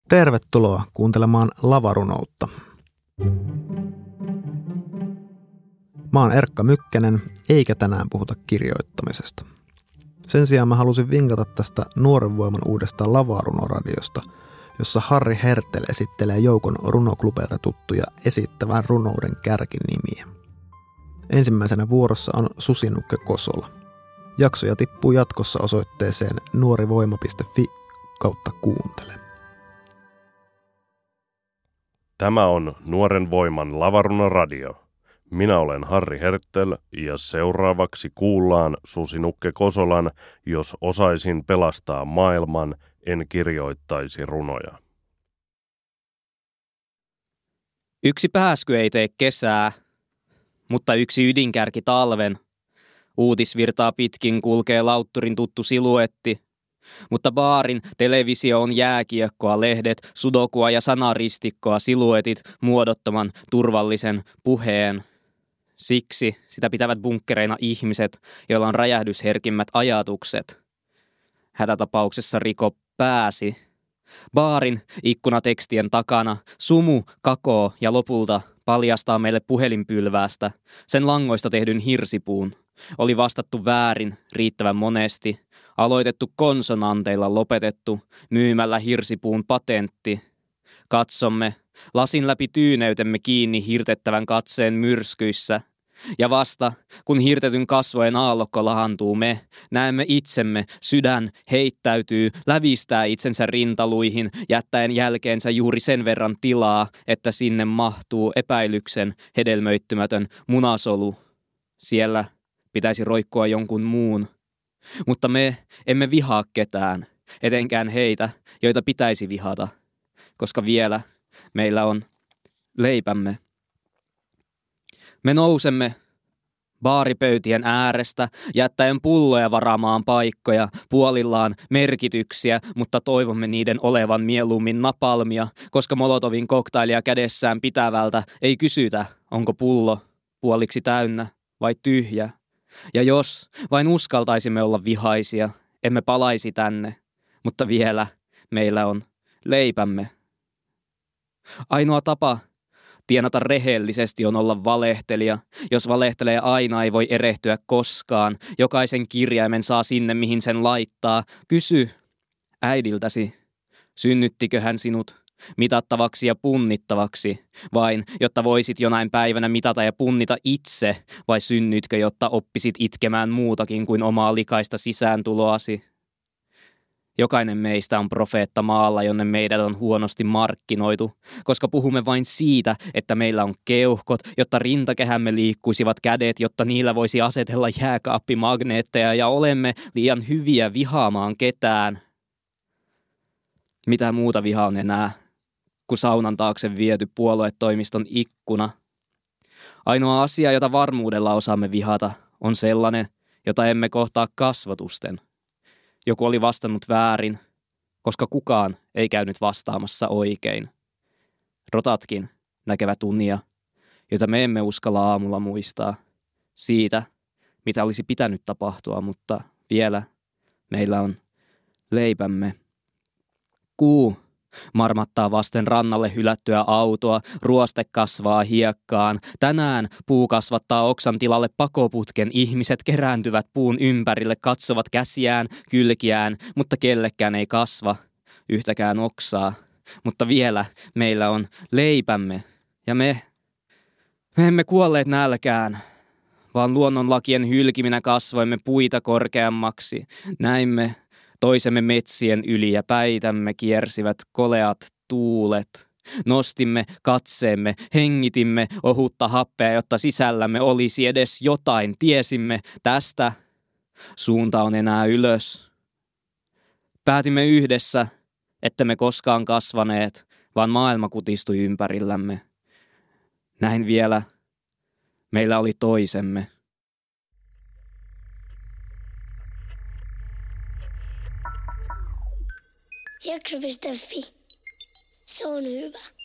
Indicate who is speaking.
Speaker 1: Tervetuloa kuuntelemaan lavarunoutta. Mä oon Erkka Mykkänen, eikä tänään puhuta kirjoittamisesta. Sen sijaan mä halusin vinkata tästä Nuoren Voiman uudesta lavarunoradiosta, jossa Harri Hertel esittelee joukon runoklubeilta tuttuja esittävän runouden kärkinimiä. Ensimmäisenä vuorossa on Susinukke Kosola. Jaksoja tippuu jatkossa osoitteeseen nuorivoima.fi/kuuntele.
Speaker 2: Tämä on Nuoren Voiman lavarunoradio. Minä olen Harri Hertel ja seuraavaksi kuullaan Susinukke Kosolan Jos osaisin pelastaa maailman, en kirjoittaisi runoja.
Speaker 3: Yksi pääsky ei tee kesää, mutta yksi ydinkärki talven. Uutisvirtaa pitkin kulkee lautturin tuttu siluetti, mutta baarin televisio on jääkiekkoa, lehdet, sudokua ja sanaristikkoa, siluetit muodottoman turvallisen puheen. Siksi sitä pitävät bunkkereina ihmiset, joilla on räjähdysherkimmät ajatukset. Hätätapauksessa Riko pääsi. Baarin ikkunatekstien takana sumu, kakoo ja lopulta paljastaa meille puhelinpylväästä sen langoista tehdyn hirsipuun. Oli vastattu väärin riittävän monesti, aloitettu konsonanteilla, lopetettu myymällä hirsipuun patentti. Katsomme lasin läpi tyyneytemme kiinni hirtettävän katseen myrskyissä. Ja vasta, kun hirtetyn kasvojen aallokko lahantuu, me näemme itsemme, sydän heittäytyy, lävistää itsensä rintaluihin, jättäen jälkeensä juuri sen verran tilaa, että sinne mahtuu epäilyksen hedelmöittymätön munasolu. Siellä pitäisi roikkua jonkun muun. Mutta me emme vihaa ketään, etenkään heitä, joita pitäisi vihata, koska vielä meillä on leipämme. Me nousemme baaripöytien äärestä, jättäen pulloja varaamaan paikkoja, puolillaan merkityksiä, mutta toivomme niiden olevan mieluummin napalmia, koska Molotovin koktailia kädessään pitävältä ei kysytä, onko pullo puoliksi täynnä vai tyhjä. Ja jos vain uskaltaisimme olla vihaisia, emme palaisi tänne, mutta vielä meillä on leipämme. Ainoa tapa tienata rehellisesti on olla valehtelija. Jos valehtelee aina, ei voi erehtyä koskaan. Jokaisen kirjaimen saa sinne, mihin sen laittaa. Kysy äidiltäsi, synnyttikö hän sinut mitattavaksi ja punnittavaksi, vain jotta voisit jonain päivänä mitata ja punnita itse, vai synnytkö, jotta oppisit itkemään muutakin kuin omaa likaista sisääntuloasi? Jokainen meistä on profeetta maalla, jonne meidät on huonosti markkinoitu, koska puhumme vain siitä, että meillä on keuhkot, jotta rintakehämme liikkuisivat kädet, jotta niillä voisi asetella jääkaappimagneetteja, ja olemme liian hyviä vihaamaan ketään. Mitä muuta viha on enää, kun saunan taakse viety puoluetoimiston ikkuna? Ainoa asia, jota varmuudella osaamme vihata, on sellainen, jota emme kohtaa kasvotusten. Joku oli vastannut väärin, koska kukaan ei käynyt vastaamassa oikein. Rotatkin näkevät unia, joita me emme uskalla aamulla muistaa. Siitä, mitä olisi pitänyt tapahtua, mutta vielä meillä on leipämme. Kuu marmattaa vasten rannalle hylättyä autoa, ruoste kasvaa hiekkaan. Tänään puu kasvattaa oksan tilalle pakoputken. Ihmiset kerääntyvät puun ympärille, katsovat käsiään, kylkiään, mutta kellekään ei kasva yhtäkään oksaa. Mutta vielä meillä on leipämme ja me emme kuolleet nälkään, vaan luonnonlakien hylkiminä kasvoimme puita korkeammaksi. Näimme toisemme metsien yli ja päitämme kiersivät koleat tuulet. Nostimme katseemme, hengitimme ohutta happea, jotta sisällämme olisi edes jotain. Tiesimme tästä, suunta on enää ylös. Päätimme yhdessä, ettemme koskaan kasvaneet, vaan maailma kutistui ympärillämme. Näin vielä meillä oli toisemme.
Speaker 4: Jakso.fi. Se on hyvä.